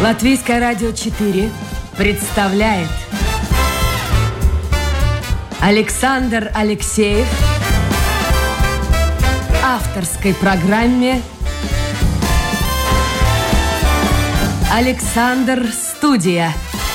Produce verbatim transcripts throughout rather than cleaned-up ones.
Латвийское радио четыре представляет Александр Алексеев в авторской программе «Александр Студия».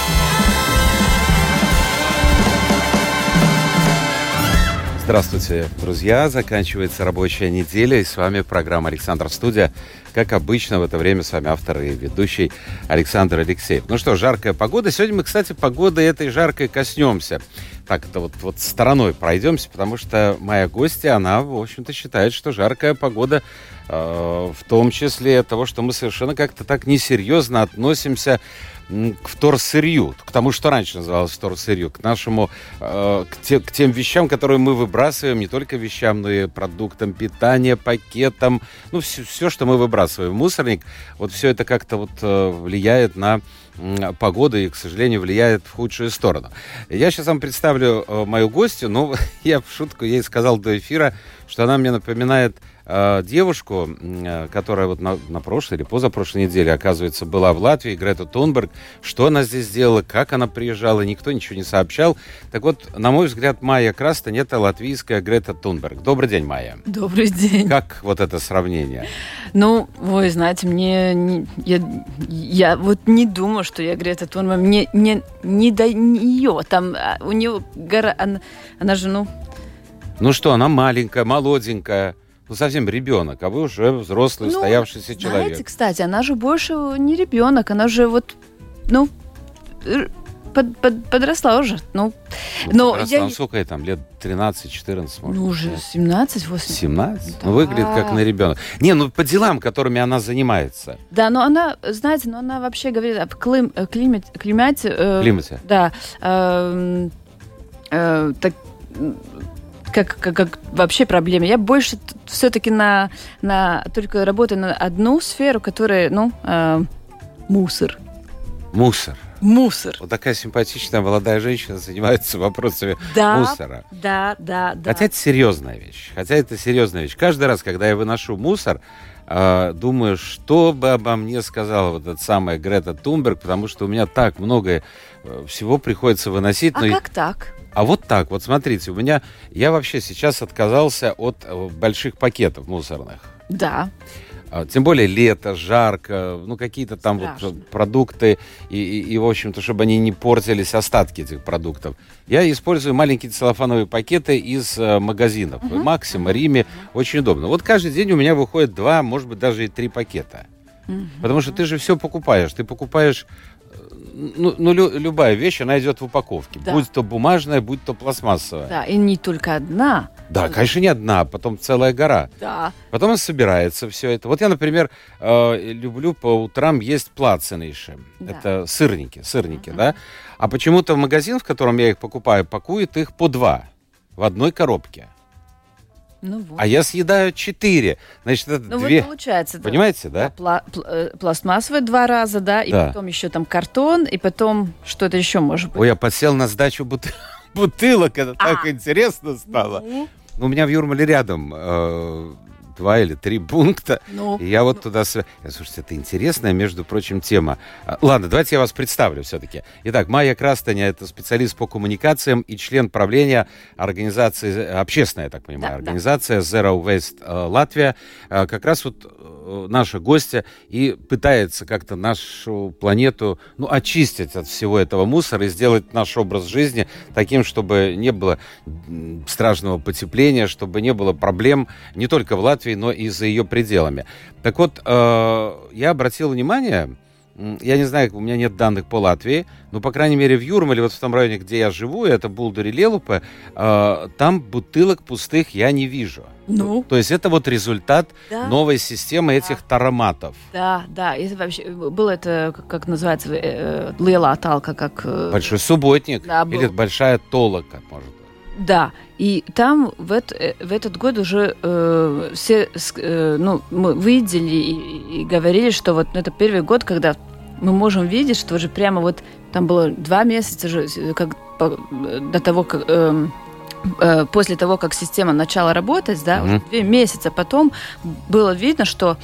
Здравствуйте, друзья! Заканчивается рабочая неделя, и с вами программа «Александр Студия». Как обычно, в это время с вами автор и ведущий Александр Алексеев. Ну что, жаркая погода. Сегодня мы, кстати, погоды этой жаркой коснемся. Так, это вот, вот стороной пройдемся, потому что моя гостья, она, в общем-то, считает, что жаркая погода, э, в том числе от того, что мы совершенно как-то так несерьезно относимся к вторсырью, к тому, что раньше называлось вторсырью, к нашему, э, к, те, к тем вещам, которые мы выбрасываем, не только вещам, но и продуктам питания, пакетам, ну, все, все, что мы выбрасываем в мусорник, вот все это как-то вот э, влияет на э, погоду и, к сожалению, влияет в худшую сторону. Я сейчас вам представлю э, мою гостью, но я в шутку ей сказал до эфира, что она мне напоминает девушку, которая вот на, на прошлой или позапрошлой неделе, оказывается, была в Латвии, Грета Тунберг. Что она здесь сделала, как она приезжала, никто ничего не сообщал. Так вот, на мой взгляд, Майя Крастен — это латвийская Грета Тунберг. Добрый день, Майя. Добрый день. Как вот это сравнение? Ну, вы знаете, мне... Не, я, я вот не думаю, что я Грета Тунберг. Мне не, не до нее. Там у нее гора... Она, она же, ну... Ну что, она маленькая, молоденькая. Ну, совсем ребенок, а вы уже взрослый, ну, устоявшийся знаете, человек. Знаете, кстати, она же больше не ребенок, она же вот, ну, под, под, подросла уже. Ну, ну но подросла, я... ну, сколько ей там, лет тринадцать-четырнадцать, может? Ну, уже семнадцать-восемнадцать. семнадцать? Да. Ну, выглядит как на ребенок. Не, ну, по делам, которыми она занимается. Да, но она, знаете, но она вообще говорит об клим, климате... Климате. Э, климате. Да. Э, э, так... Как, как, как вообще проблема. Я больше все-таки на, на, только работаю на одну сферу, которая, ну, э, мусор. Мусор. Мусор. Вот такая симпатичная молодая женщина занимается вопросами да, мусора. Да, да, да. Хотя это серьезная вещь. Хотя это серьезная вещь. Каждый раз, когда я выношу мусор, э, думаю, что бы обо мне сказала вот эта самая Грета Тунберг, потому что у меня так много э, всего приходится выносить. А но как и... так? А вот так, вот смотрите, у меня, я вообще сейчас отказался от больших пакетов мусорных. Да. Тем более лето, жарко, ну какие-то там Страшно. вот продукты, и, и, и, в общем-то, чтобы они не портились, остатки этих продуктов. Я использую маленькие целлофановые пакеты из э, магазинов. Uh-huh. Максима, uh-huh. Риме, очень удобно. Вот каждый день у меня выходит два, может быть, даже и три пакета. Uh-huh. Потому что ты же все покупаешь, ты покупаешь... Ну, ну лю, любая вещь, она идет в упаковке. Да. Будь то бумажная, будь то пластмассовая. Да, и не только одна. Да, конечно, не одна, потом целая гора. Да. Потом собирается все это. Вот я, например, э, люблю по утрам есть плаценейши. Да. Это сырники, сырники, uh-huh. да? А почему-то в магазин, в котором я их покупаю, пакует их по два в одной коробке. Ну, вот. А я съедаю четыре. Значит, это ну, две. Вот получается. Понимаете, да? да? Пла- пл- пластмассовые два раза, да, и да. потом еще там картон, и потом что-то еще может быть. Ой, я подсел на сдачу бут- бутылок, это а. так интересно стало. Mm-hmm. У меня в Юрмале рядом э, два или три пункта, ну, и я вот ну. туда... Слушайте, это интересная, между прочим, тема. Ладно, давайте я вас представлю все-таки. Итак, Майя Крастен — это специалист по коммуникациям и член правления организации, общественная, я так понимаю, да, организация да. Zero Waste Latvia. Как раз вот наша гостья и пытается как-то нашу планету, ну, очистить от всего этого мусора и сделать наш образ жизни таким, чтобы не было страшного потепления, чтобы не было проблем не только в Латвии, но и за ее пределами. Так вот, э, я обратил внимание, я не знаю, у меня нет данных по Латвии, но, по крайней мере, в Юрмале, вот в том районе, где я живу, это Булдури-Лелупе, э, там бутылок пустых я не вижу. Ну? То есть это вот результат да. новой системы этих да. тароматов. Да, да. Это вообще было это, как, как называется, э, лела талка, как... Э, Большой субботник да, был... или большая толока, может быть. Да, и там в, это, в этот год уже э, все э, ну, мы видели и, и говорили, что вот это первый год, когда мы можем видеть, что уже прямо вот там было два месяца же, как, по, до того, как... Э, после того, как система начала работать, да, mm-hmm. уже два месяца потом было видно, что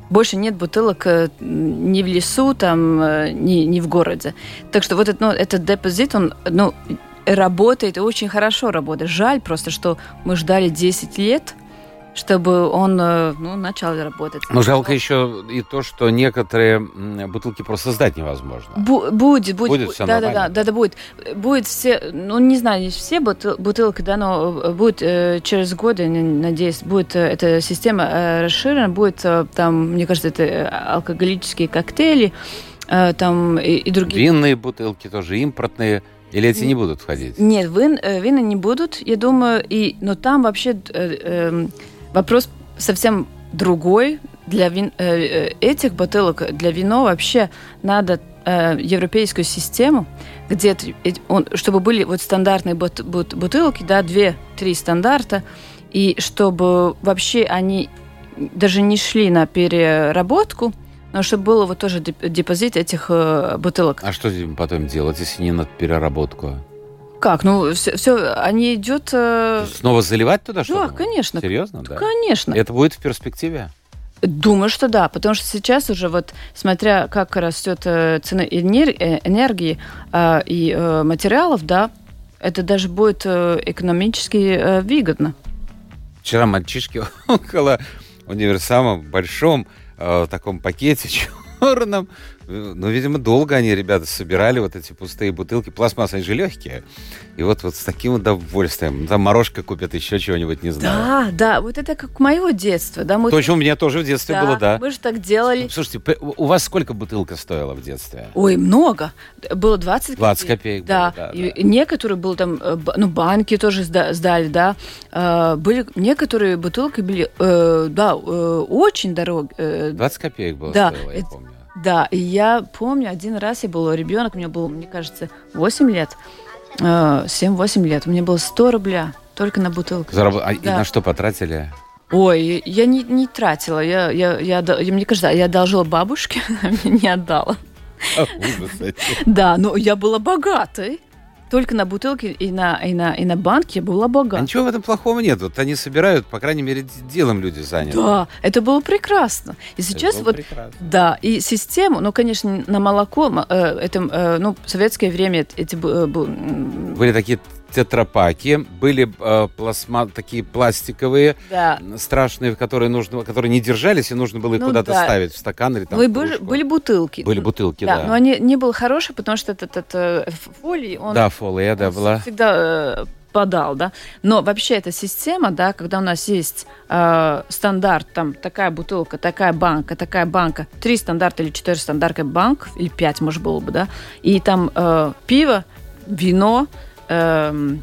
больше нет бутылок ни в лесу, там, ни, ни в городе. Так что вот этот, ну, этот депозит, он, ну, работает и очень хорошо работает. Жаль просто, что мы ждали десять лет, чтобы он, ну, начал работать. Но жалко еще и то, что некоторые бутылки просто сдать невозможно. Бу- будет, будет. Будет все да, нормально? Да, да, да, да, будет. Будет все, ну, не знаю, не все бутылки, да, но будет э, через годы, надеюсь, будет э, эта система э, расширена, будет э, там, мне кажется, это алкоголические коктейли, э, там и, и другие. Винные бутылки тоже, импортные. Или эти не будут входить? Нет, вин, э, вина не будут, я думаю, и, но там вообще... Э, э, Вопрос совсем другой. Для вин, э, этих бутылок, для вина вообще надо э, европейскую систему, где он, чтобы были вот стандартные бут, бут, бутылки, да, две-три стандарта, и чтобы вообще они даже не шли на переработку, но чтобы было вот тоже депозит этих э, бутылок. А что потом делать, если не на переработку? Как? Ну, все, все они идут... Э... Снова заливать туда что-то? Да, конечно. Серьезно? Да? Конечно. Это будет в перспективе? Думаю, что да, потому что сейчас уже вот, смотря как растет цена энергии э, и э, материалов, да, это даже будет э, экономически э, выгодно. Вчера мальчишки около универсама в большом э, таком пакете черном. Ну, видимо, долго они, ребята, собирали вот эти пустые бутылки. Пластмасс, они же легкие. И вот, вот с таким удовольствием. Там морожка купят, еще чего-нибудь, не знаю. Да, да, вот это как моего детства. Да, мы... Точно, у меня тоже в детстве да, было, да. Мы же так делали. Слушайте, у вас сколько бутылка стоила в детстве? Ой, много. Было двадцать копеек. двадцать копеек да. было, да. И да. некоторые были там, ну, банки тоже сдали, да. Были, некоторые бутылки были, да, очень дорогие. двадцать копеек было, да, стоило, я это... помню. Да, и я помню, один раз я был ребенок, мне было, мне кажется, восемь лет, семь-восемь лет, мне было сто рублей только на бутылку. Зараб... А да. И на что потратили? Ой, я не, не тратила, я, я, я, я, мне кажется, я одолжила бабушке, она мне не отдала. Да, но я была богатой. Только на бутылке и на, и на, и на банке была богата. А ничего в этом плохого нет. Вот они собирают, по крайней мере, делом люди заняты. Да, это было прекрасно. И сейчас вот, прекрасно. Да, и систему, ну, конечно, на молоко, э, это, э, ну, в советское время эти... Э, были такие тетрапаки, были э, пластма, такие пластиковые, да. страшные, которые, нужно, которые не держались, и нужно было их ну, куда-то да. ставить в стакан или там ну, в были, были бутылки. Были бутылки, да. да. Но они не были хорошие, потому что этот, этот фолий, он, да, фолия, да, была. всегда э, подал, да. Но вообще эта система, да, когда у нас есть э, стандарт, там, такая бутылка, такая банка, такая банка, три стандарта или четыре стандарта банк, или пять, может, было бы, да, и там э, пиво, вино, Эм,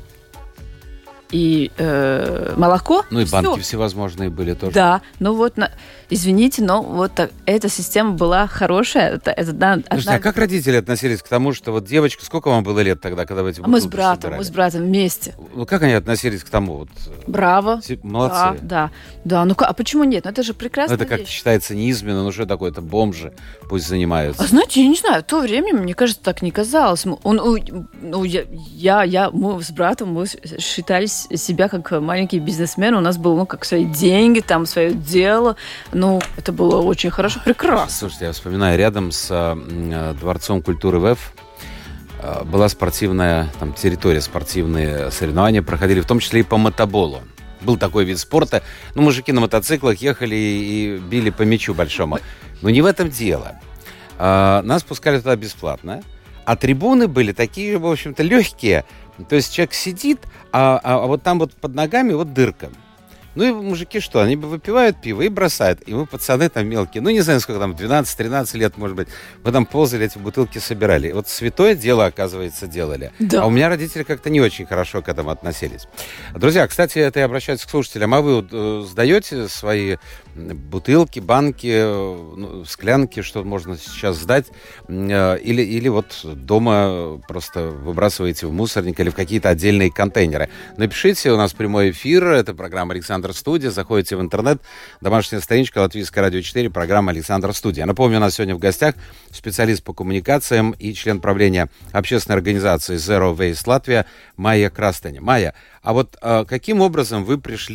и э, молоко. Ну и банки всё. Всевозможные были тоже. Да, ну вот, на, извините, но вот так, эта система была хорошая. Это, это, да, Слушайте, одна... а как родители относились к тому, что вот девочка, сколько вам было лет тогда, когда вы эти бутылки Мы с братом, собирали? мы с братом вместе. Ну как они относились к тому? Вот? Браво. Молодцы. Да, да, да. Ну а почему нет? Ну это же прекрасно. Ну, это как-то считается неизменно, ну что такое, это бомжи, пусть занимаются. А знаете, я не знаю, в то время, мне кажется, так не казалось. Он, ну, я, я, я, мы с братом, мы считали себя как маленькие бизнесмены, у нас было, ну, как свои деньги, там, свое дело. Ну, это было очень хорошо, прекрасно. Слушайте, я вспоминаю, рядом с э, Дворцом культуры ВЭФ э, была спортивная, там, территория, спортивные соревнования проходили, в том числе и по мотоболу. Был такой вид спорта. Ну, мужики на мотоциклах ехали и, и били по мячу большому. Но не в этом дело. Э, нас пускали туда бесплатно, а трибуны были такие, в общем-то, легкие. То есть человек сидит, а, а, а вот там вот под ногами вот дырка. Ну и мужики что, они выпивают пиво и бросают. И мы, пацаны там мелкие, ну не знаю, сколько там, двенадцать-тринадцать лет, может быть, мы там ползали, эти бутылки собирали. И вот святое дело, оказывается, делали. Да. А у меня родители как-то не очень хорошо к этому относились. Друзья, кстати, это я обращаюсь к слушателям. А вы вот, э, сдаете свои бутылки, банки, э, склянки, что можно сейчас сдать? Э, или, или вот дома просто выбрасываете в мусорник или в какие-то отдельные контейнеры? Напишите, у нас прямой эфир, это программа «Александр Студия». Заходите в интернет, домашняя страничка Латвийское радио четыре, программа «Александр Студия». Напомню, у нас сегодня в гостях специалист по коммуникациям и член правления общественной организации Zero Waste Latvia Майя Крастеня. Майя, а вот а, каким образом вы пришли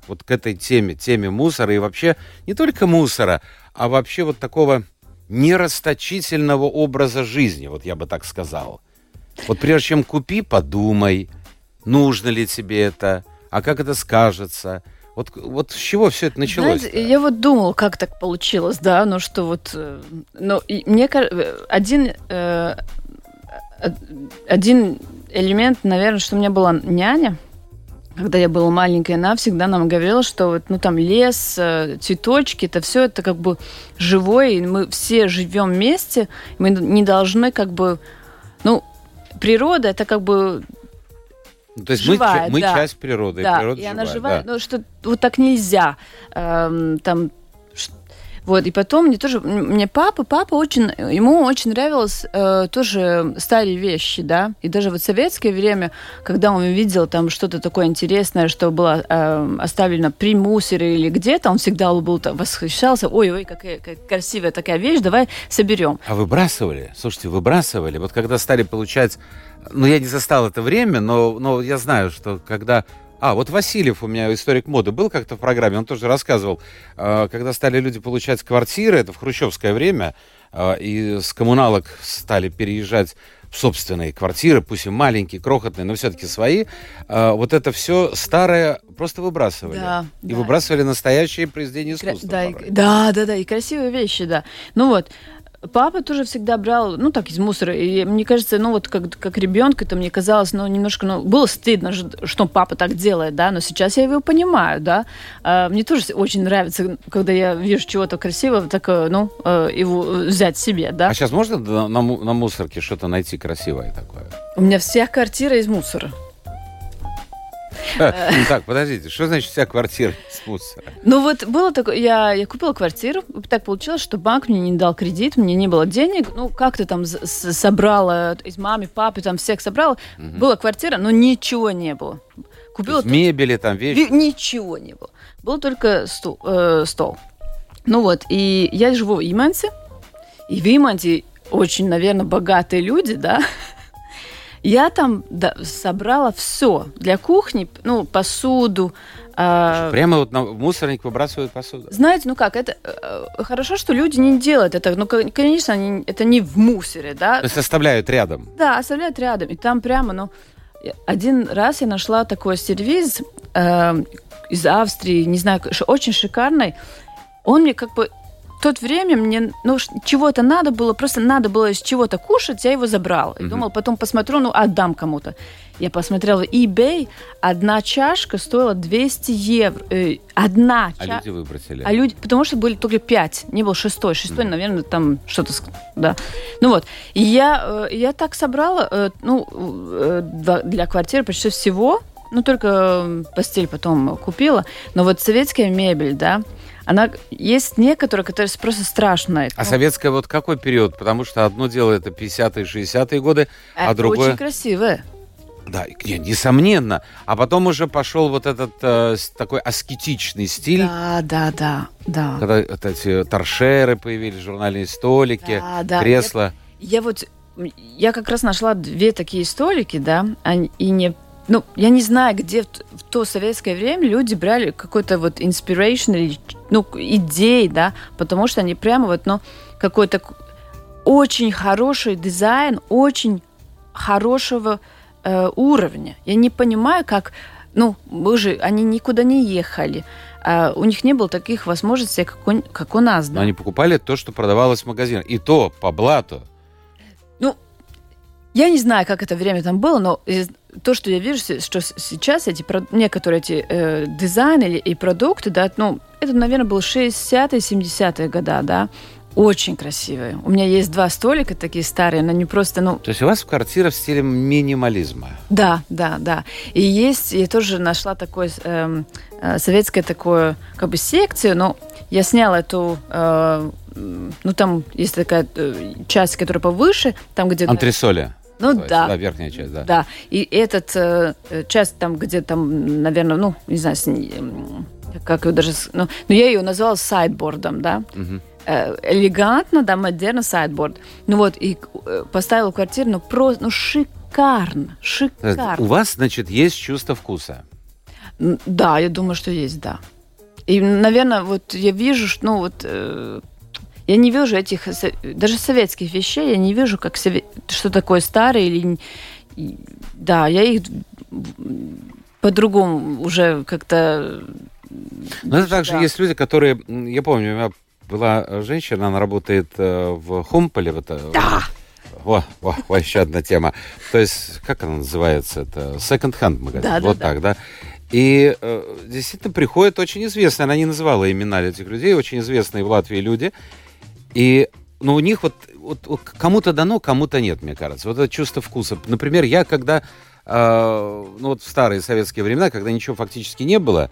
вот к этой теме, теме мусора и вообще не только мусора, а вообще вот такого нерасточительного образа жизни, вот я бы так сказал. Вот прежде чем купи, подумай, нужно ли тебе это, а как это скажется. Вот, вот с чего все это началось? Знаете, я вот думала, как так получилось, да, ну что вот, ну, и мне один, э, один элемент, наверное, что у меня была няня, когда я была маленькая, она всегда нам говорила, что вот, ну, там лес, цветочки, это все это как бы живое, и мы все живем вместе, мы не должны как бы, ну, природа это как бы ну, то есть живая, мы, мы да, часть природы, да, и природа и живая, она живая, да. ну, что вот так нельзя, эм, там. Вот, и потом мне тоже, мне папа, папа очень, ему очень нравилось э, тоже старые вещи, да, и даже вот в советское время, когда он видел там что-то такое интересное, что было э, оставлено при мусоре или где-то, он всегда был там, восхищался, ой-ой, какая, какая красивая такая вещь, давай соберем. А выбрасывали? Слушайте, выбрасывали? Вот когда стали получать, ну, я не застал это время, но, но я знаю, что когда... А, вот Васильев у меня, историк моды, был как-то в программе, он тоже рассказывал, когда стали люди получать квартиры, это в хрущевское время, и с коммуналок стали переезжать в собственные квартиры, пусть и маленькие, крохотные, но все-таки свои, вот это все старое просто выбрасывали. Да, и да. выбрасывали настоящие произведения искусства. Да, и, да, да, да, и красивые вещи, да. Ну вот, папа тоже всегда брал, ну, так, из мусора. И мне кажется, ну, вот как, как ребенка, это мне казалось, ну, немножко, ну, было стыдно, что папа так делает, да, но сейчас я его понимаю, да. А, мне тоже очень нравится, когда я вижу чего-то красивого, так, ну, его взять себе, да. А сейчас можно на, на, на мусорке что-то найти красивое такое? У меня вся квартира из мусора. Так, подождите, что значит вся квартира с мусора? Ну вот было такое, я, я купила квартиру, так получилось, что банк мне не дал кредит, мне не было денег, ну как-то там собрала, из мамы, папы, там всех собрала, угу. Была квартира, но ничего не было. Купила мебели там, вещи? Ничего не было, был только стол, э, стол. Ну вот, и я живу в Иманте, и в Иманте очень, наверное, богатые люди, да. Я там да, собрала все для кухни, ну, посуду. Э... Прямо вот на мусорник выбрасывают посуду? Знаете, ну как, это э, хорошо, что люди не делают это. Ну, конечно, они, это не в мусоре, да. То есть оставляют рядом? Да, оставляют рядом. И там прямо, ну, один раз я нашла такой сервиз э, из Австрии, не знаю, очень шикарный. Он мне как бы... В то время мне, ну, чего-то надо было, просто надо было из чего-то кушать, я его забрала. И uh-huh. думала, потом посмотрю, ну, отдам кому-то. Я посмотрела в eBay, одна чашка стоила двести евро. Э, одна чашка. А люди выбросили? А люди, потому что были только пять, не был шестой. Шестой, uh-huh. наверное, там что-то, да. Ну вот, и я, э, я так собрала, э, ну, э, для квартиры почти всего, ну, только постель потом купила. Но вот советская мебель, да, она есть некоторые, которые просто страшно. А ну, советская вот какой период? Потому что одно дело это пятидесятые, шестидесятые годы, это а другое... очень красивое. Да, несомненно. А потом уже пошел вот этот э, такой аскетичный стиль. Да, да, да, да. Когда вот эти торшеры появились, журнальные столики, да, да. кресла. Я, я вот, я как раз нашла две такие столики, да, и не... Ну, я не знаю, где в, в то советское время люди брали какой-то вот inspiration или, ну, идеи, да, потому что они прямо вот, ну, какой-то очень хороший дизайн, очень хорошего э, уровня. Я не понимаю, как, ну, мы же, они никуда не ехали, э, у них не было таких возможностей, как у, как у нас, да. Но они покупали то, что продавалось в магазинах, и то по блату. Ну, я не знаю, как это время там было, но то, что я вижу, что сейчас эти некоторые эти э, дизайны и продукты, да, ну, это, наверное, было шестидесятые, семидесятые годы, да, очень красивые. У меня есть два столика такие старые, но не просто, ну... То есть у вас квартира в стиле минимализма? Да, да, да. И есть, я тоже нашла такое, э, э, советское такое, как бы, секцию, но я сняла эту... Э, ну, там есть такая э, часть, которая повыше, там, где... Антресоли. Ну да. Да, верхняя часть, да. Да. И этот э, часть там, где там, наверное, ну, не знаю, как ее даже... Ну, но я ее назвала сайдбордом, да. Угу. Э, элегантно, да, модерно сайдборд. Ну вот, и э, поставила квартиру, ну, просто, ну, шикарно, шикарно. У вас, значит, есть чувство вкуса? Да, я думаю, что есть, да. И, наверное, вот я вижу, что, ну, вот, э, я не вижу этих, даже советских вещей, я не вижу, как сове... что такое старое или... Да, я их по-другому уже как-то... Но это также да. есть люди, которые... Я помню, у меня была женщина, она работает в Хумполе. Вот, да! О, о, о, еще одна тема. То есть, как она называется? Это second-hand магазин. Да, вот да, так, да. да? И э, действительно приходят очень известные, она не называла имена этих людей, очень известные в Латвии люди. И ну, у них вот, вот, вот кому-то дано, кому-то нет, мне кажется. Вот это чувство вкуса. Например, я когда, э, ну вот в старые советские времена, когда ничего фактически не было,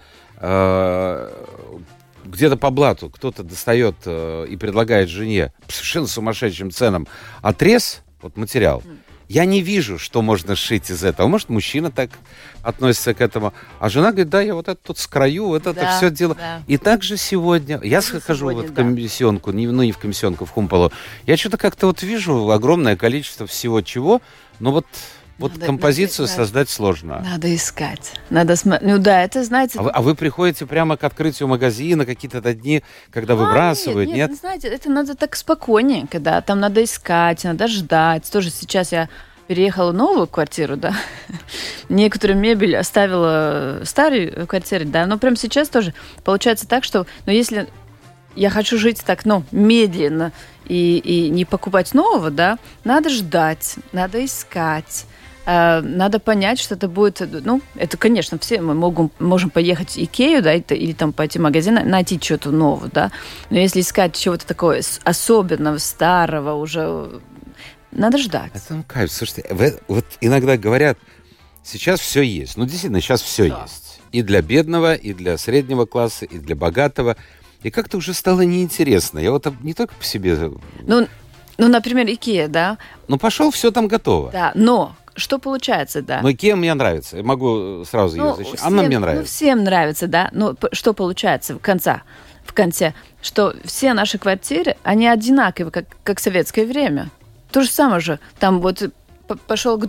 э, где-то по блату кто-то достает э, и предлагает жене по совершенно сумасшедшим ценам отрез, вот материал. Я не вижу, что можно сшить из этого. Может, мужчина так относится к этому. А жена говорит, да, я вот это тут скрою, вот это да, все дело. Да. И также сегодня, я схожу сегодня, вот в комиссионку, да. не, ну не в комиссионку, в Хумполу, я что-то как-то вот вижу огромное количество всего чего, но вот, вот надо, композицию надо, создать сложно. Надо искать. Надо см... Ну да, это, знаете... А вы, а вы приходите прямо к открытию магазина, какие-то дни, когда выбрасывают, а, нет? Нет, нет, знаете, это надо так спокойнее, когда там надо искать, надо ждать. Тоже сейчас я переехала в новую квартиру, да. Некоторую мебель оставила в старой квартире, да. Но прямо сейчас тоже получается так, что, ну, если я хочу жить так, ну, медленно и, и не покупать нового, да, надо ждать, надо искать. Надо понять, что это будет, ну, это, конечно, все мы можем, можем поехать в Икею, да, или там пойти в магазин, найти что-то новое, да, но если искать чего-то такого особенного, старого, уже надо ждать. Это ну, кайф. Слушайте, вы, вот иногда говорят, сейчас все есть. Ну, действительно, сейчас все да. есть. И для бедного, и для среднего класса, и для богатого. И как-то уже стало неинтересно. Я вот не только по себе... Ну, ну например, Икея, да. Ну, пошел, все там готово. Да, но... Что получается, да? Но Икея мне нравится. Я могу сразу ну, ее защитить. Всем, Она мне нравится. Ну, всем нравится, да. Но что получается в конце? В конце, что все наши квартиры, они одинаковые, как, как в советское время. То же самое же. Там вот пошел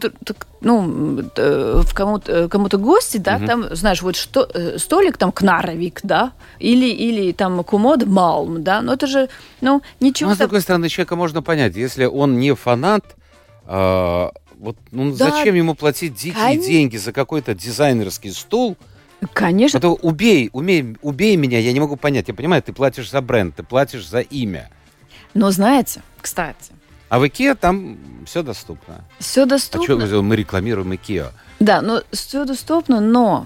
ну, в кому-то, кому-то гости, да, угу. там, знаешь, вот что, столик там Кнаровик, да, или, или там комод Малм, да. Но это же, ну, ничего... Но, с другой стороны, человека можно понять. Если он не фанат... Э- Вот, ну, да, зачем ему платить дикие конечно. деньги за какой-то дизайнерский стул? Конечно. Это убей, умей, убей меня, я не могу понять. Я понимаю, ты платишь за бренд, ты платишь за имя. Но знаете, кстати... А в Икеа там все доступно. Все доступно. А что мы рекламируем Икеа? Да, ну, все доступно, но...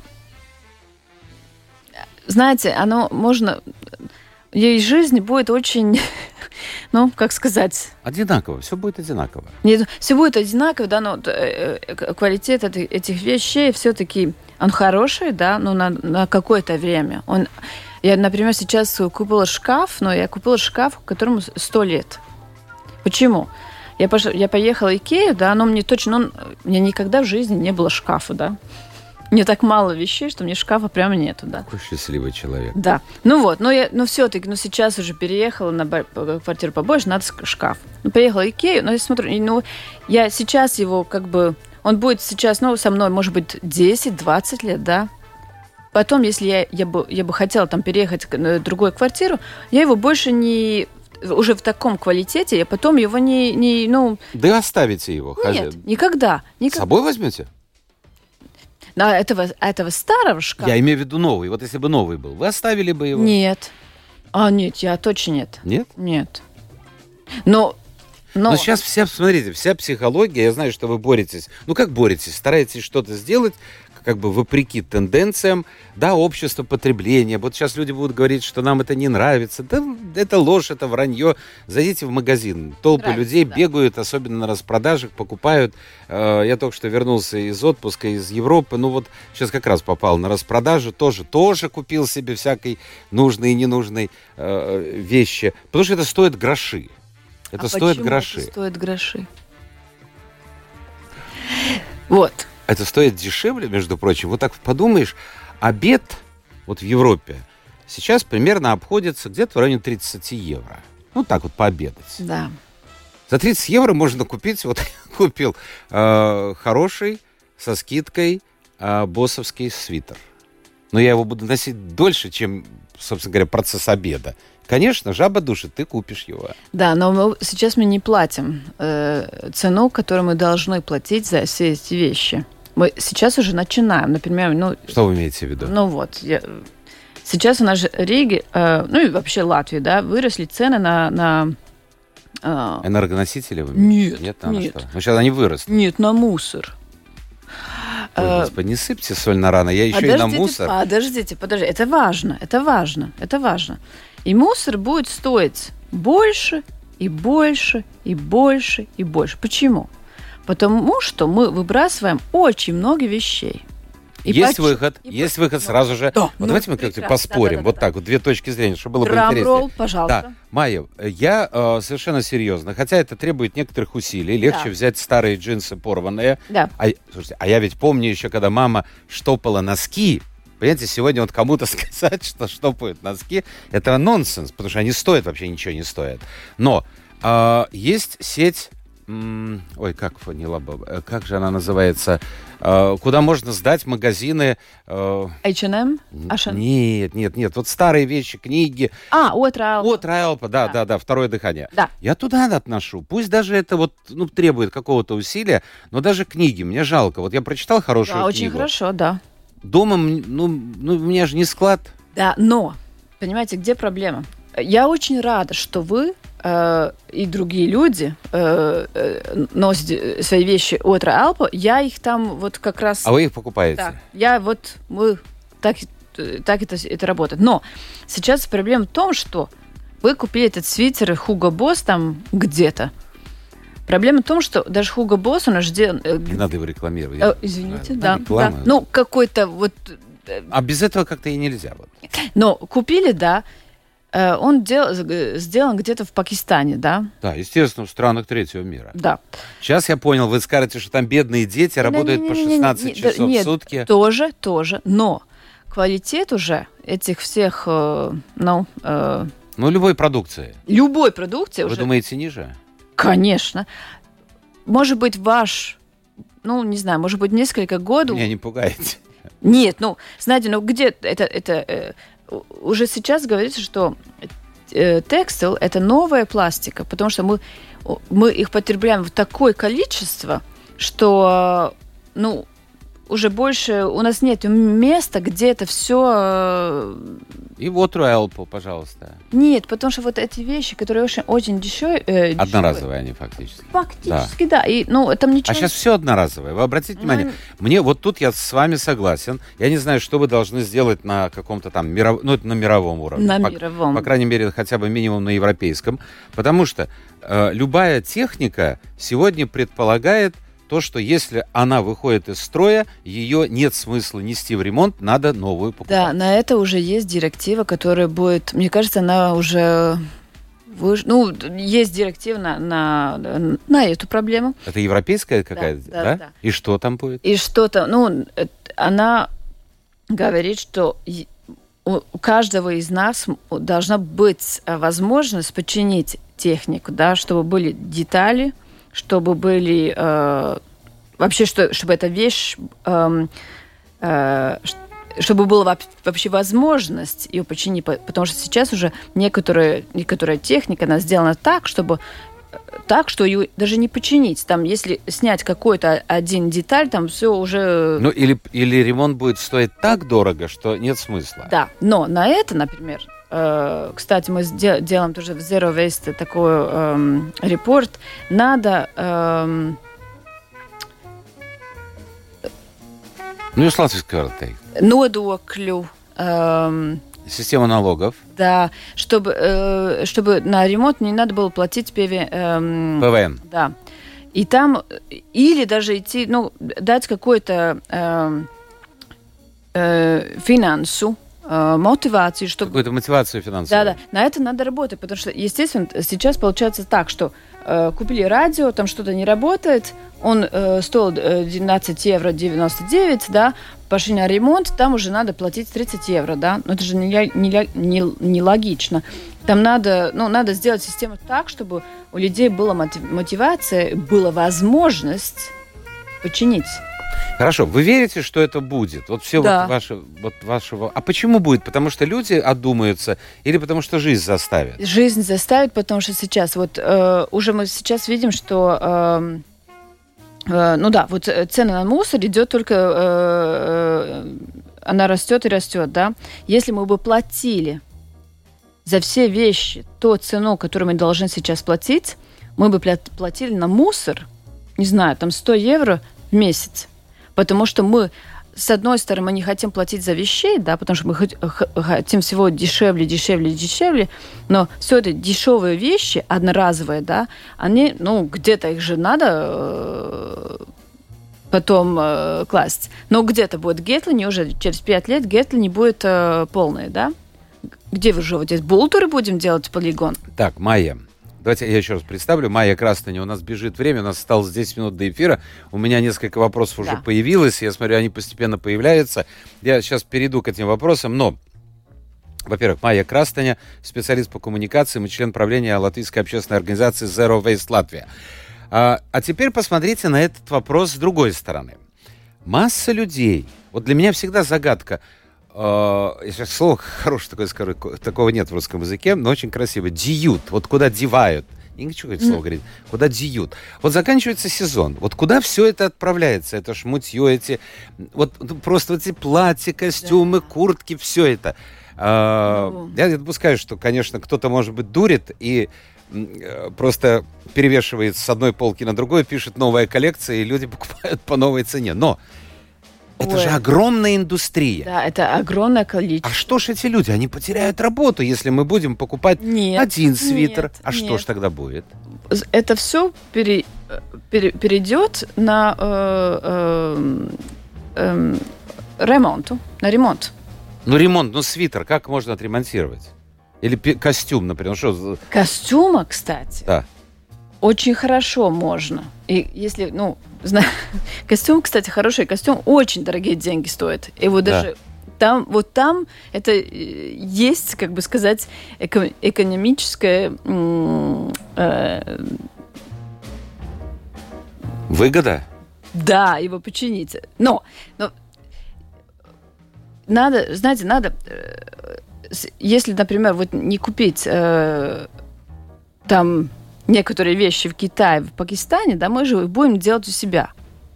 Знаете, оно можно... Ей жизнь будет очень... Ну, как сказать... Одинаково, все будет одинаково. Нет, все будет одинаково, да, но квалитет этих вещей все-таки, он хороший, да, но на, на какое-то время. Он, я, например, сейчас купила шкаф, но я купила шкаф, которому сто лет. Почему? Я, пош... я поехала в Икею, да, но мне точно... Ну, у меня никогда в жизни не было шкафа, да. Мне так мало вещей, что мне шкафа прямо нету, да. Какой счастливый человек. Да. Ну вот, но, я, но все-таки, ну сейчас уже переехала на квартиру побольше, надо шкаф. Ну, поехала в Икею, но я смотрю, ну, я сейчас его как бы... Он будет сейчас, ну, со мной, может быть, десять-двадцать лет, да. Потом, если я, я, бы, я бы хотела там переехать в другую квартиру, я его больше не... Уже в таком квалитете, я потом его не... не ну... Да оставите его. Нет, хозя... никогда, никогда. С собой возьмете? Да, этого, этого старого шкафа. Я имею в виду новый. Вот если бы новый был, вы оставили бы его? Нет. А, нет, я точно нет. Нет? Нет. Но... Но... Но сейчас вся, смотрите, вся психология, я знаю, что вы боретесь. Ну, как боретесь? Стараетесь что-то сделать, как бы вопреки тенденциям, да, общества потребления. Вот сейчас люди будут говорить, что нам это не нравится. Да, это ложь, это вранье. Зайдите в магазин. Толпы нравится, людей да. бегают, особенно на распродажах, покупают. Я только что вернулся из отпуска из Европы. Ну, вот сейчас как раз попал на распродажу. Тоже, тоже купил себе всякой нужной и ненужной э, вещи. Потому что это стоит гроши. Это а стоит гроши. Это стоит гроши? Вот. Это стоит дешевле, между прочим. Вот так подумаешь, обед вот в Европе сейчас примерно обходится где-то в районе тридцать евро. Ну, так вот пообедать. Да. За тридцать евро можно купить, вот купил э, хороший, со скидкой, э, боссовский свитер. но я его буду носить дольше, чем, собственно говоря, процесс обеда. Конечно, жаба душит, ты купишь его. Да, но мы, сейчас мы не платим э, цену, которую мы должны платить за все эти вещи. Мы сейчас уже начинаем, например... Ну, что вы имеете в виду? Ну вот, я, сейчас у нас же Риге, э, ну и вообще Латвии, да, выросли цены на... на э, энергоносители? Вы нет, нет, на нет. Что? Ну, сейчас они выросли. Нет, на мусор. Ой, Господи, не сыпьте соль на раны, я еще подождите, и на мусор. Подождите, подождите, это важно, это важно, это важно. И мусор будет стоить больше и больше и больше и больше. Почему? Потому что мы выбрасываем очень много вещей. И есть поч... выход, и есть по... выход сразу же. Да, вот ну, давайте мы как-то прекрасно. поспорим, Да, да, да, вот да. так, вот две точки зрения, чтобы было бы Драм-ролл, интереснее. пожалуйста. Да, Майя, я э, совершенно серьезно, хотя это требует некоторых усилий, легче Да. взять старые джинсы порванные. Да. А, слушайте, а я ведь помню еще, когда мама штопала носки. Понимаете, сегодня вот кому-то сказать, что штопают носки, это нонсенс, потому что они стоят, вообще ничего не стоят. Но э, есть сеть, м- ой, как не лаба, как же она называется, э, куда можно сдать магазины. Э, эйч энд эм? Ашан? Нет, нет, нет, вот старые вещи, книги. А, Отрая Алпа. Отрая Алпа, да, Да. да, да, второе дыхание. Да. Я туда отношу. Пусть даже это вот, ну, требует какого-то усилия, но даже книги мне жалко. Вот я прочитал хорошую Да, книгу. очень хорошо, да. Дома, ну, ну, у меня же не склад. Да, но, понимаете, где проблема? Я очень рада, что вы э, и другие люди э, э, носят свои вещи от Алпа. Я их там вот как раз... А вы их покупаете? Да, я вот... Мы, так, так это, это работает. Но сейчас проблема в том, что вы купили этот свитер Hugo Boss там где-то. Проблема в том, что даже Hugo Boss, он же делал... Не надо его рекламировать. Э, извините, Да, да. реклама. да. Ну, какой-то вот... А без этого как-то и нельзя. Вот. Но купили, да. Э, Он дел, сделан где-то в Пакистане, да? Да, естественно, в странах третьего мира. Да. Сейчас я понял, вы скажете, что там бедные дети работают по шестнадцать часов нет, в сутки. Тоже, тоже. Но квалитет уже этих всех, э, ну, э, Ну, любой продукции. любой продукции Вы уже... думаете, ниже? Конечно. Может быть, ваш, ну, не знаю, может быть, несколько год... Меня не пугаете. Нет, ну, знаете, ну, где это... это э, уже сейчас говорится, что э, текстиль – это новая пластика, потому что мы, мы их потребляем в такое количество, что, ну, уже больше у нас нет места, где это все... И вот Роялпо, пожалуйста. Нет, потому что вот эти вещи, которые очень, очень дешевые... Э, Одноразовые они фактически. Фактически, да. да. И, ну, там ничего... А сейчас все одноразовое. Вы обратите Ну, внимание, мне вот тут я с вами согласен. Я не знаю, что вы должны сделать на каком-то там миров... ну, это на мировом уровне. На по, мировом. По крайней мере, хотя бы минимум на европейском. Потому что э, любая техника сегодня предполагает то, что если она выходит из строя, ее нет смысла нести в ремонт, надо новую покупать. Да, на это уже есть директива, которая будет... Мне кажется, она уже... Выш... Ну, есть директива на, на, на эту проблему. Это европейская какая-то, да, да? да, да. И что там будет? И что-то... Ну, она говорит, что у каждого из нас должна быть возможность починить технику, да, чтобы были детали, чтобы были э, вообще, что, чтобы эта вещь, э, э, чтобы была вообще возможность ее починить, потому что сейчас уже некоторая, некоторая техника, она сделана так, чтобы так, что ее даже не починить. Там, если снять какой-то один деталь, там все уже... Ну, или, или ремонт будет стоить так дорого, что нет смысла. Да, но на это, например, э, кстати, мы сде- делаем тоже в Zero Waste такой э, репорт, надо... Э, Nu, jūs latviski varat teikt. Nodokļu... Э, Система налогов. Да, чтобы, э, чтобы на ремонт не надо было платить пэ вэ эм, пэ вэ эн. Да. И там, или даже идти, ну, дать какую-то э, э, финансу, э, мотивацию, чтобы... Какую-то мотивацию финансовую. Да, да, на это надо работать, потому что, естественно, сейчас получается так, что э, купили радио, там что-то не работает, он э, стоил двенадцать евро девяносто девять, да, пошли на ремонт, там уже надо платить тридцать евро, да, но это же не, не, не, не логично. Там надо, ну, надо сделать систему так, чтобы у людей была мотивация, была возможность починить. Хорошо, вы верите, что это будет? Вот все Да. вот ваше, вот вашего... А почему будет? Потому что люди одумаются или потому что жизнь заставит? Жизнь заставит, потому что сейчас, вот э, уже мы сейчас видим, что, э, э, ну да, вот цена на мусор идет только, э, э, она растет и растет, да. Если мы бы платили за все вещи ту цену, которую мы должны сейчас платить, мы бы платили на мусор, не знаю, там сто евро в месяц. Потому что мы, с одной стороны, мы не хотим платить за вещей, да, потому что мы хотим всего дешевле, дешевле, дешевле, но все это дешевые вещи, одноразовые, да, они, ну, где-то их же надо э, потом э, класть. Но где-то будет Гетлини, уже через пять лет Гетлини будет э, полный, да? Где вы живете? Бултуры будем делать полигон? Так, Майя. Давайте я еще раз представлю. Майя Крастаня. У нас бежит время, у нас осталось десять минут до эфира. У меня несколько вопросов уже Да. появилось. Я смотрю, они постепенно появляются. Я сейчас перейду к этим вопросам, но... Во-первых, Майя Крастаня, специалист по коммуникациям и член правления латвийской общественной организации Zero Waste Latvia. А, а теперь посмотрите на этот вопрос с другой стороны. Масса людей. Вот для меня всегда загадка. Я сейчас слово хорошее такое скажу, такого нет в русском языке, но очень красиво. Диют. Вот куда девают. Не хочу это слово говорить. Куда диют. Вот заканчивается сезон. Вот куда все это отправляется? Это шмутье, эти... Вот просто эти платья, костюмы, да. куртки, все это. Ну. Я допускаю, что, конечно, кто-то, может быть, дурит и просто перевешивает с одной полки на другую, пишет новая коллекция, и люди покупают по новой цене. Но это Ой. же огромная индустрия. Да, это огромное количество. А что ж эти люди? Они потеряют работу, если мы будем покупать нет, один свитер. Нет, а нет. что ж тогда будет? Это все пере, пере, перейдет на э, э, э, ремонт, на ремонт. Ну, ремонт, ну, свитер, как можно отремонтировать? Или пи- костюм, например. Что? Костюма, кстати, Да. очень хорошо можно. И если, ну, знаю, костюм, кстати, хороший костюм, очень дорогие деньги стоит. И вот Да. даже там, вот там это есть, как бы сказать, эко- экономическая м- э- Выгода? да, его починить. Но, но надо, знаете, надо, э, с- если, например, вот не купить э, там некоторые вещи в Китае, в Пакистане, да, мы же их будем делать у себя.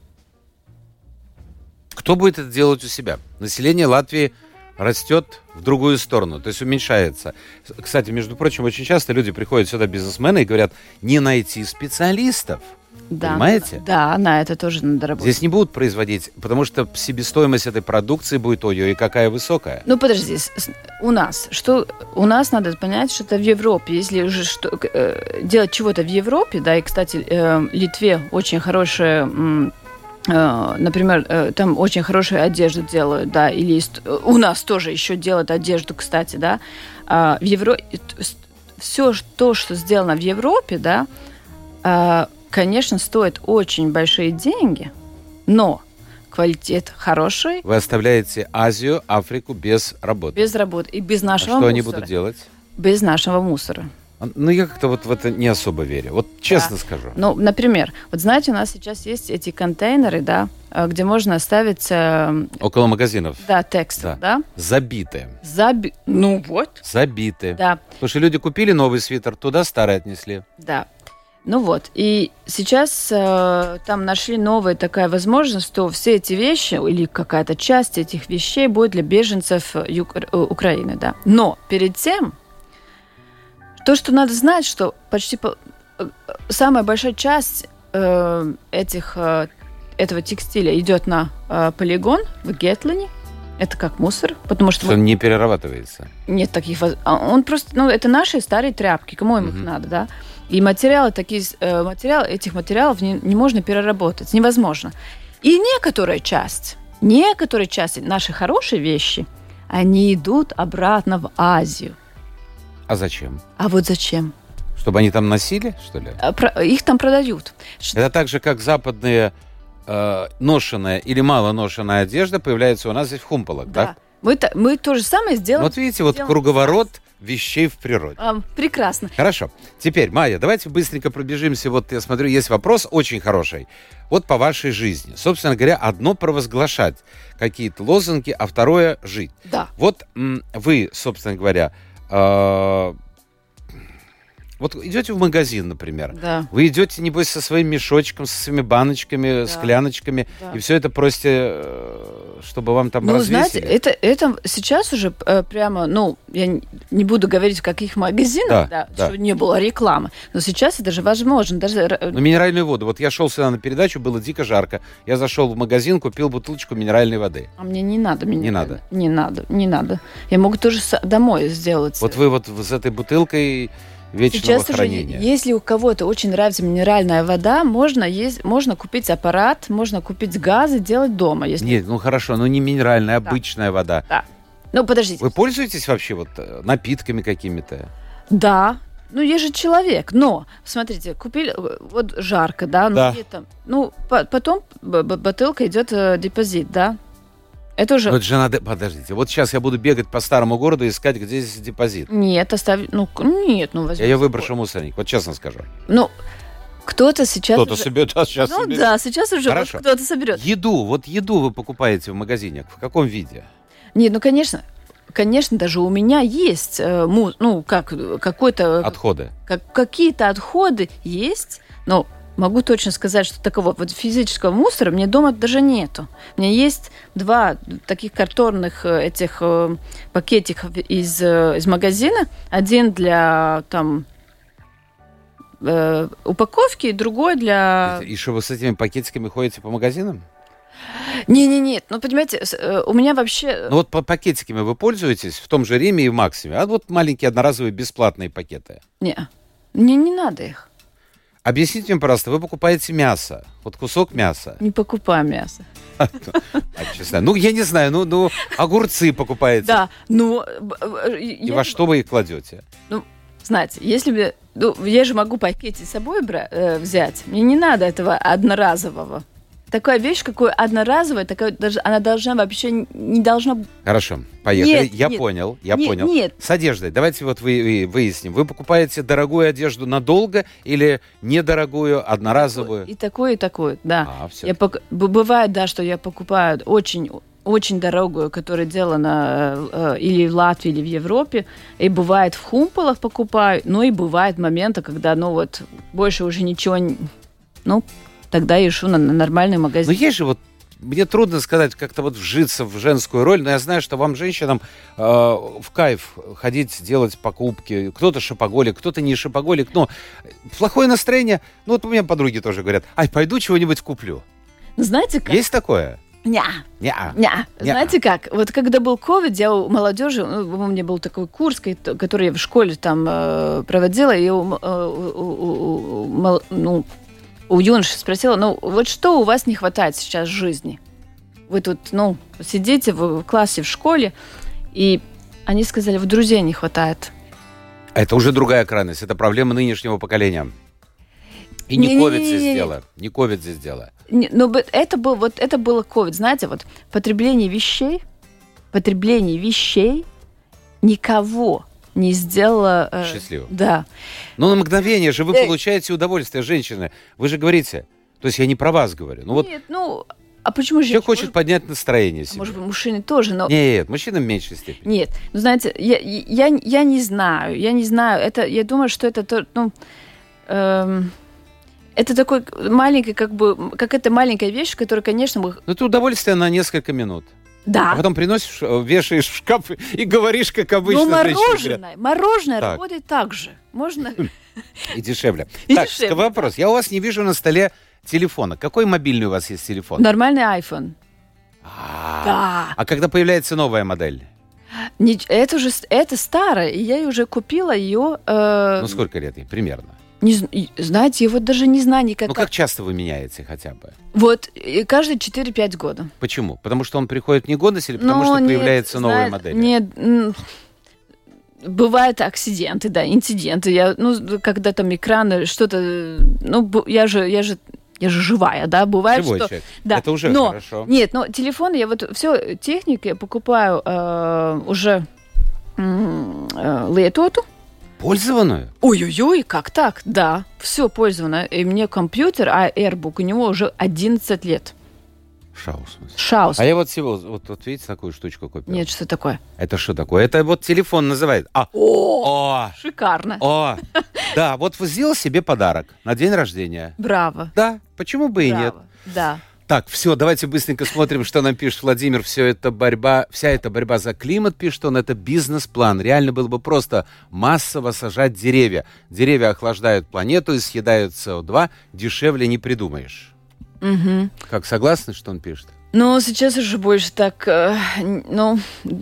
Кто будет это делать у себя? Население Латвии растет в другую сторону, то есть уменьшается. Кстати, между прочим, очень часто люди приходят сюда, бизнесмены, и говорят, не найти специалистов. Да, Понимаете? Да, на это тоже надо работать. Здесь не будут производить, потому что себестоимость этой продукции будет, ой-ой, какая высокая. Ну, подожди, с- с- у нас, что у нас надо понять, что это в Европе. Если уже что, э, делать чего-то в Европе, да, и, кстати, э, Литве очень хорошая, м, э, например, э, там очень хорошую одежду делают, да, или есть- у нас тоже еще делают одежду, кстати, да. А в Европе все то, что сделано в Европе, да, э, конечно, стоит очень большие деньги, но квалитет хороший. Вы оставляете Азию, Африку без работы. Без работы и без А нашего что мусора. они будут делать? Без нашего мусора. Ну, я как-то вот в это не особо верю. Вот честно Да. скажу. Ну, например, вот знаете, у нас сейчас есть эти контейнеры, да, где можно оставить, э, Около магазинов. да, текст, Да. да, Забиты. Заби... Ну вот. Забиты. Да, Потому что люди купили новый свитер, туда старый отнесли. да. Ну вот, и сейчас э, там нашли новая такая возможность, что все эти вещи или какая-то часть этих вещей будет для беженцев Юк... э, Украины, да. Но перед тем, то, что надо знать, что почти по... э, самая большая часть э, этих, э, этого текстиля идет на э, полигон в Гетлине. Это как мусор, потому что Что вот он не перерабатывается. нет таких воз- а Он просто, ну, это наши старые тряпки, кому им их Мгм. надо, да? И материалы такие, э, материалы, этих материалов не, не можно переработать, невозможно. И некоторая часть, некоторая часть, наши хорошие вещи, они идут обратно в Азию. А зачем? А вот зачем? Чтобы они там носили, что ли? А, про- Их там продают. Ш- Это так же, как западные э, ношеная или мало ношеная одежда появляется у нас здесь в Хумполах, да? Да. Мы, та- мы то же самое Ну, сделаем. вот видите, вот сделаем круговорот вещей в природе. А, прекрасно. Хорошо. Теперь, Майя, давайте быстренько пробежимся. Вот я смотрю, есть вопрос очень хороший. Вот по вашей жизни. Собственно говоря, одно провозглашать какие-то лозунги, а второе жить. Да. Вот м, вы, собственно говоря, э, вот идете в магазин, например. Да. Вы идете, небось, со своим мешочком, со своими баночками, Да. скляночками, Да. и все это просите, э, чтобы вам там Ну, развесили. знаете, это, это сейчас уже э, прямо, ну, я не- не буду говорить, в каких магазинах, Да, да, да. чтобы не было рекламы, но сейчас это же возможно. Даже э, Ну, минеральную воду. Вот я шел сюда на передачу, было дико жарко. Я зашел в магазин, купил бутылочку минеральной воды. а мне не надо. Мне Не надо? Не надо, не надо. Я могу тоже с- домой сделать. Вот вы вот с этой бутылкой вечного Сейчас уже, хранения. если у кого-то очень нравится минеральная вода, можно, есть, можно купить аппарат, можно купить газ и делать дома. Если... Нет, ну хорошо, но не минеральная, Да. обычная вода. Да. Ну, подождите. Вы пользуетесь вообще вот э, напитками какими-то? Да. Ну, я же человек, но, смотрите, купили, э, вот жарко, да, ну, Да. где-то, ну, по- потом б- б- бутылка идет э, депозит, да, это уже... Ну, это же надо... Подождите, вот сейчас я буду бегать по старому городу и искать, где здесь депозит. Нет, оставить, ну, к- нет, ну, возьмите. Я ее выброшу в мусорник, вот честно скажу. Ну, кто-то сейчас Кто-то уже... соберет, а сейчас Ну, соберет. да, сейчас уже вот Хорошо. кто-то соберет. Еду, вот еду вы покупаете в магазине, в каком виде? Нет, ну, конечно, конечно, даже у меня есть, э, му- ну, как, какой-то... Отходы. как, какие-то отходы есть, но могу точно сказать, что такого вот физического мусора мне дома даже нету. У меня есть два таких картонных э, этих э, пакетиков из, э, из магазина. Один для там э, упаковки, другой для... И что вы с этими пакетиками ходите по магазинам? Не-не-не, ну, понимаете, с- э, у меня вообще... Ну вот по пакетиками вы пользуетесь в том же Риме и в Максиме, а вот маленькие одноразовые бесплатные пакеты. Не, мне не надо их. Объясните мне, пожалуйста, вы покупаете мясо, вот кусок мяса. Не покупаю мясо. А, честно, ну я не знаю, ну, ну огурцы покупаете. Да, ну... б- э, И я- во что вы их кладете? Знаете, если бы... Ну, я же могу пакетик с собой бра- э, взять. Мне не надо этого одноразового. Такая вещь, какую одноразовая, такая, даже, она должна вообще не должна... Хорошо, поехали. Нет, я нет. понял, я Нет, понял. нет. С одеждой. Давайте вот вы, вы- выясним. Вы покупаете дорогую одежду надолго или недорогую, одноразовую? И такое, и такое, да. А, все. Я пок- б- Бывает, да, что я покупаю очень, очень дорогую, которая сделана э, э, или в Латвии, или в Европе. И бывает в Хумполах покупаю. Ну и бывает моменты, когда, ну вот, больше уже ничего... не- Ну, тогда я ишу на, на нормальный Но магазин. есть же вот, мне трудно сказать, как-то вот вжиться в женскую роль, но я знаю, что вам, женщинам, э, в кайф ходить, делать покупки. Кто-то шопоголик, кто-то не шопоголик, но плохое настроение. Ну вот у меня подруги тоже говорят, ай, пойду чего-нибудь куплю. Знаете как? Есть такое? Ня. Неа. Ня. Ня. Знаете как? Вот когда был ковид, я у молодежи, ну, у меня был такой курс, ко- который я в школе там э, проводила, и у, м- э, у- у- у- мол- ну, у юноши спросила, ну, вот что у вас не хватает сейчас в жизни? Вы тут, ну, сидите в классе в школе, и они сказали, вот друзей не хватает. Это уже другая крайность, это проблема нынешнего поколения. И не Не-не-не-не-не. ковид здесь дело. Не ковид здесь дело. Не, ну, б- это был, вот это было ковид, знаете, вот потребление вещей, потребление вещей никого не сделало... э, Счастливым. Да. Ну, на мгновение же вы Да. получаете удовольствие, женщины. Вы же говорите, то есть я не про вас говорю. Ну вот Нет, ну, а почему же... человек хочет поднять настроение себе. Может быть, мужчины тоже, но... Нет, мужчинам в меньшей степени. Нет, ну, знаете, я, я, я не знаю, я не знаю, это, я думаю, что это, то- ну, эм, это такой маленький, как бы, как это маленькая вещь, которая, конечно, мы... Ну, это удовольствие на несколько минут. Да. А потом приносишь, э, вешаешь в шкаф и говоришь, как обычно. Но женщины говорят. мороженое, мороженое Так. работает так же. Можно... И дешевле. И так, дешевле, вопрос. Я у вас не вижу на столе телефона. Какой мобильный у вас есть телефон? Нормальный iPhone. А, Да. а когда появляется новая модель? Не- это уже с- это старое, и я уже купила ее. э, Ну, сколько лет ей примерно? не зн- и, знаете, я вот даже не знаю никак. Ну, как часто вы меняете хотя бы? Вот и каждые четыре-пять года. Почему? Потому что он приходит в негодность или потому Но что нет, появляется новая знае- модель? Нет, м, бывают акциденты, да, инциденты. Я, ну, когда там экраны, что-то, ну, бу- я же, я же, я же живая, да, бывает, Живой что... человек. Да. Это уже но, хорошо. Нет, но телефоны, я вот все техники я покупаю э, уже lietotu. Пользованную? Ой-ой-ой, как так? Да, все пользовано. И мне компьютер, а AirBook, у него уже одиннадцать лет. Шаус. Шаус. А я вот всего, вот, вот видите, такую штучку купил. Нет, что такое? Это что такое? Это вот телефон называют. А, О, о, шикарно. О, да, вот сделал себе подарок на день рождения. Браво. Да, почему бы и Браво. нет? Да. Так, все, давайте быстренько смотрим, что нам пишет Владимир. Все это борьба, вся эта борьба за климат, пишет он, это бизнес-план. Реально было бы просто массово сажать деревья. Деревья охлаждают планету и съедают си о два. Дешевле не придумаешь. Угу. Как, согласны, что он пишет? Ну, сейчас уже больше так, э, ну,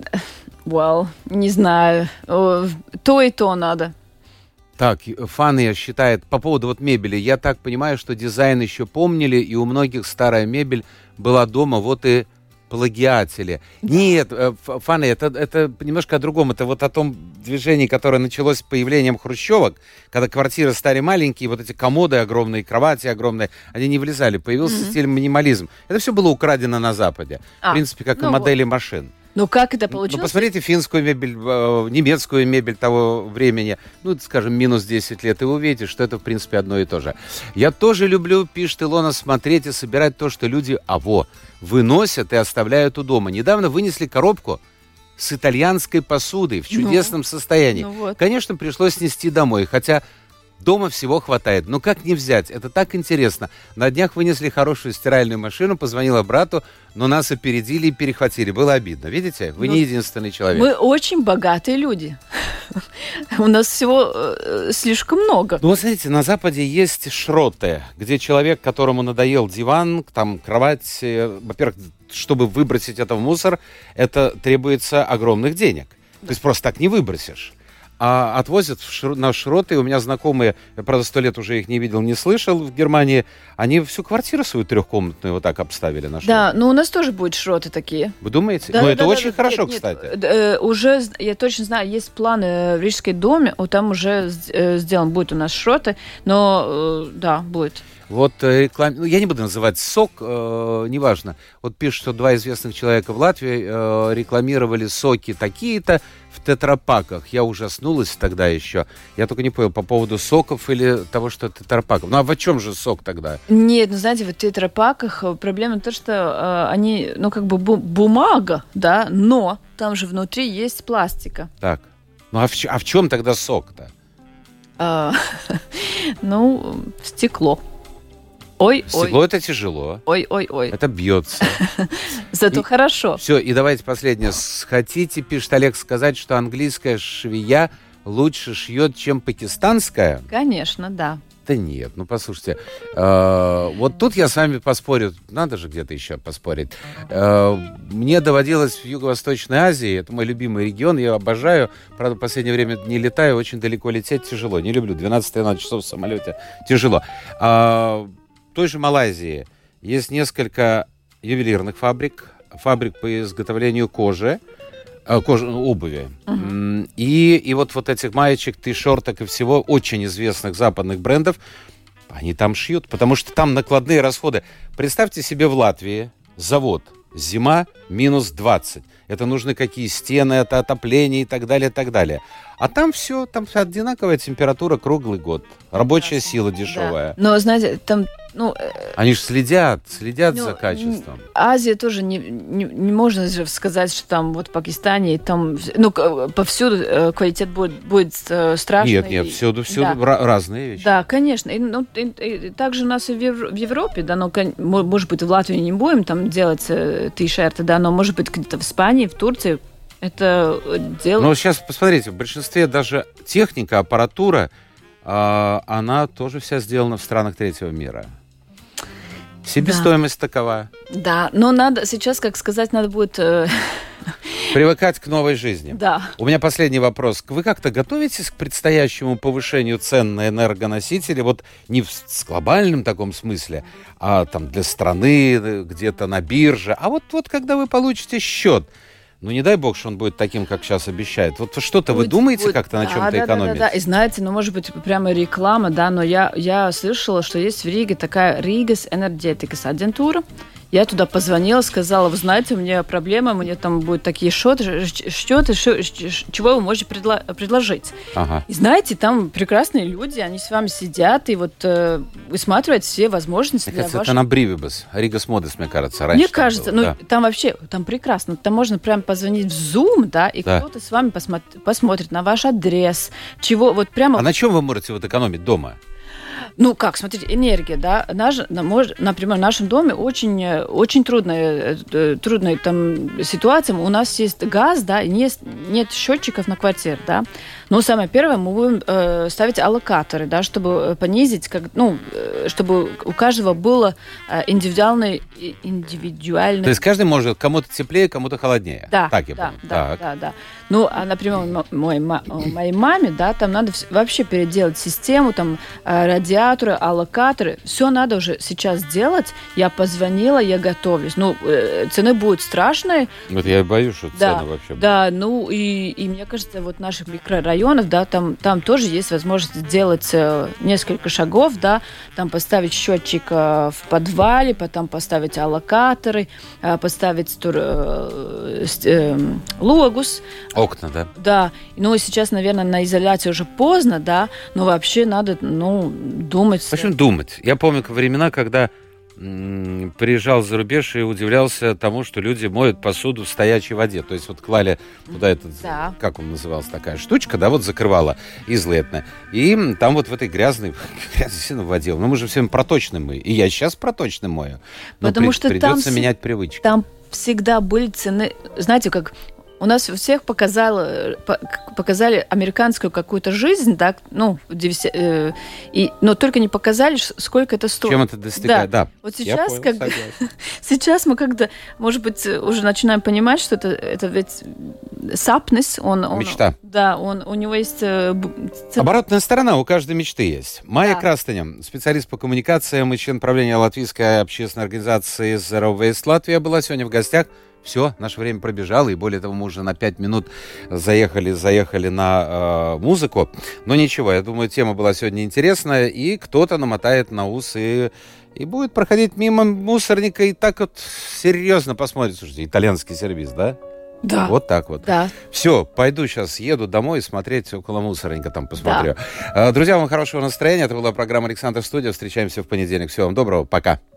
well, не знаю, э, то и то надо. Так, Фанни считает, по поводу вот мебели, я так понимаю, что дизайн еще помнили, и у многих старая мебель была дома, вот и плагиатели. Нет, Фанни, это, это немножко о другом, это вот о том движении, которое началось с появлением хрущевок, когда квартиры стали маленькие, вот эти комоды огромные, кровати огромные, они не влезали, появился mm-hmm. стиль минимализм. Это все было украдено на Западе, а, в принципе, как ну и модели вот. машин. Ну, как это получилось? Ну, посмотрите финскую мебель, э, немецкую мебель того времени, ну, скажем, минус десять лет, и вы увидите, что это, в принципе, одно и то же. Я тоже люблю, пишет Илона, смотреть и собирать то, что люди, а во, выносят и оставляют у дома. Недавно вынесли коробку с итальянской посудой в чудесном ну, состоянии. Ну вот. Конечно, пришлось снести домой, хотя... Дома всего хватает. Но как не взять? Это так интересно. На днях вынесли хорошую стиральную машину, позвонила брату, но нас опередили и перехватили. Было обидно. Видите? Вы ну, не единственный человек. Мы очень богатые люди. У нас всего э, слишком много. Ну, вот смотрите, на Западе есть шроты, где человек, которому надоел диван, там, кровать, э, во-первых, чтобы выбросить это в мусор, это требуется огромных денег. Да. То есть просто так не выбросишь. А отвозят в шр... на шроты. У меня знакомые, я, правда, сто лет уже их не видел, не слышал в Германии, они всю квартиру свою трехкомнатную вот так обставили на шроты. Да, но у нас тоже будут шроты такие. Вы думаете? Да, ну, да, это да, очень да, хорошо, нет, кстати. Нет, э, уже, я точно знаю, есть планы в Рижском доме, там уже э, сделан будет у нас шроты, но, э, да, будет. Вот реклам... ну, я не буду называть сок, э, неважно. Вот пишут, что два известных человека в Латвии э, рекламировали соки такие-то в тетрапаках. Я ужаснулась тогда еще. Я только не понял, по поводу соков или того, что тетрапаков. Ну, а в чем же сок тогда? Нет, ну, знаете, в тетрапаках проблема в том, что э, они, ну, как бы бу- бумага, да, но там же внутри есть пластика. Так. Ну, а в, а в чем тогда сок-то? А, ну, стекло. Ой, Стекло ой. это тяжело. Ой, ой, ой. Это бьется. Зато и, хорошо. Все, и давайте последнее. Хотите, пишет Олег, сказать, что английская швея лучше шьет, чем пакистанская? Конечно, да. Да нет, ну послушайте, э, вот тут я с вами поспорю, надо же где-то еще поспорить. Э, мне доводилось в Юго-Восточной Азии, это мой любимый регион, я обожаю, правда, в последнее время не летаю, очень далеко лететь тяжело, не люблю, двенадцать-тринадцать часов в самолете тяжело. А, в той же Малайзии есть несколько ювелирных фабрик, фабрик по изготовлению кожи, Кожа, обуви. Uh-huh. И, и вот, вот этих маечек, ты-шорток и всего очень известных западных брендов, они там шьют, потому что там накладные расходы. Представьте себе в Латвии завод, зима минус двадцать. Это нужны какие стены, это отопление и так далее, и так далее. А там все, там одинаковая температура круглый год. Рабочая сила дешевая. Да. Но, знаете, там... Ну, они же следят, следят ну, за качеством. Азия тоже не, не, не можно же сказать, что там вот в Пакистане, там, ну, повсюду квалитет будет, будет страшный. Нет, нет, всюду, всюду да. разные вещи. Да, конечно. И, ну, и, и также у нас и в Европе, да, но, может быть, в Латвии не будем там делать ти-шерты, да, но, может быть, где-то в Испании, в Турции это делают. Но сейчас, посмотрите, в большинстве даже техника, аппаратура, э, она тоже вся сделана в странах третьего мира. Себестоимость да. такова. Да, но надо сейчас, как сказать, надо будет... Э... Привыкать к новой жизни. Да. У меня последний вопрос. Вы как-то готовитесь к предстоящему повышению цен на энергоносители? Вот не в с глобальном таком смысле, а там для страны, где-то на бирже. А вот, вот когда вы получите счет, ну, не дай бог, что он будет таким, как сейчас обещает. Вот что-то будет, вы думаете будет, как-то на да, чем-то да, экономить? Да, да, да. И знаете, ну, может быть, прямо реклама, да, но я, я слышала, что есть в Риге такая Риgas энергетикас агентура, Я туда позвонила, сказала, вы знаете, у меня проблема, мне там будут такие счеты, счеты, чего вы можете предло- предложить. Ага. И знаете, там прекрасные люди, они с вами сидят и вот э, высматривают все возможности. Мне кажется, вашего... это на Бривибас, Ригас Модес, мне кажется, раньше. Мне кажется, было, ну да. там вообще, там прекрасно, там можно прям позвонить в Zoom, да, и да. кто-то с вами посмотри, посмотрит на ваш адрес, чего вот прямо... А на чем вы можете вот экономить дома? Ну, как, смотрите, энергия, да, наш, например, в нашем доме очень, очень трудная, трудная там ситуация. У нас есть газ, да, и нет, нет счетчиков на квартиру, да. Но самое первое, мы будем э, ставить аллокаторы, да, чтобы понизить, как, ну, чтобы у каждого было индивидуальный, индивидуальный... То есть каждый может, кому-то теплее, кому-то холоднее. Да, так я да, понял. да, так. да, да. Ну, а, например, мой, моей маме, да, там надо вообще переделать систему, там, радиаторы, аллокаторы, все надо уже сейчас делать. Я позвонила, я готовлюсь. Ну, цены будут страшные. Вот я боюсь, что да, цены вообще будут. Да, ну, и, и мне кажется, вот в наших микрорайонах, да, там, там тоже есть возможность сделать несколько шагов, да, там поставить счетчик в подвале, потом поставить аллокаторы, поставить тур, э, э, лугус. Окна, да? Да. Ну, и сейчас, наверное, на изоляции уже поздно, да, но вообще надо, ну, думать. В общем, думать. Я помню времена, когда м- приезжал за рубеж и удивлялся тому, что люди моют посуду в стоячей воде. То есть вот клали туда этот, да. как он назывался, такая штучка, да, вот закрывала излетная. И там вот в этой грязной, грязной воде. Ну, мы же всем проточным мы. И я сейчас проточным мою. Но Потому при- что придется там менять привычки. Там всегда были цены, знаете, как... У нас всех показали, показали американскую какую-то жизнь, да, ну, э, и, но только не показали, сколько это стоит. Чем это достигает, да. да. Вот сейчас, понял, как, сейчас мы как-то, может быть, уже начинаем понимать, что это, это ведь сапнес, он, он... Мечта. Да, он, у него есть... Э, ц... Оборотная сторона у каждой мечты есть. Майя да. Крастаня, специалист по коммуникациям и член правления Латвийской общественной организации Zero Waste Латвия, была сегодня в гостях. Все, наше время пробежало, и более того, мы уже на пять минут заехали, заехали на э, музыку. Но ничего, я думаю, тема была сегодня интересная, и кто-то намотает на ус и, и будет проходить мимо мусорника и так вот серьезно посмотрит. Слушайте, итальянский сервис, да? Да. Вот так вот. Да. Все, пойду сейчас, еду домой смотреть около мусорника, там посмотрю. Да. Друзья, вам хорошего настроения. Это была программа «Александр Студия». Встречаемся в понедельник. Всего вам доброго. Пока.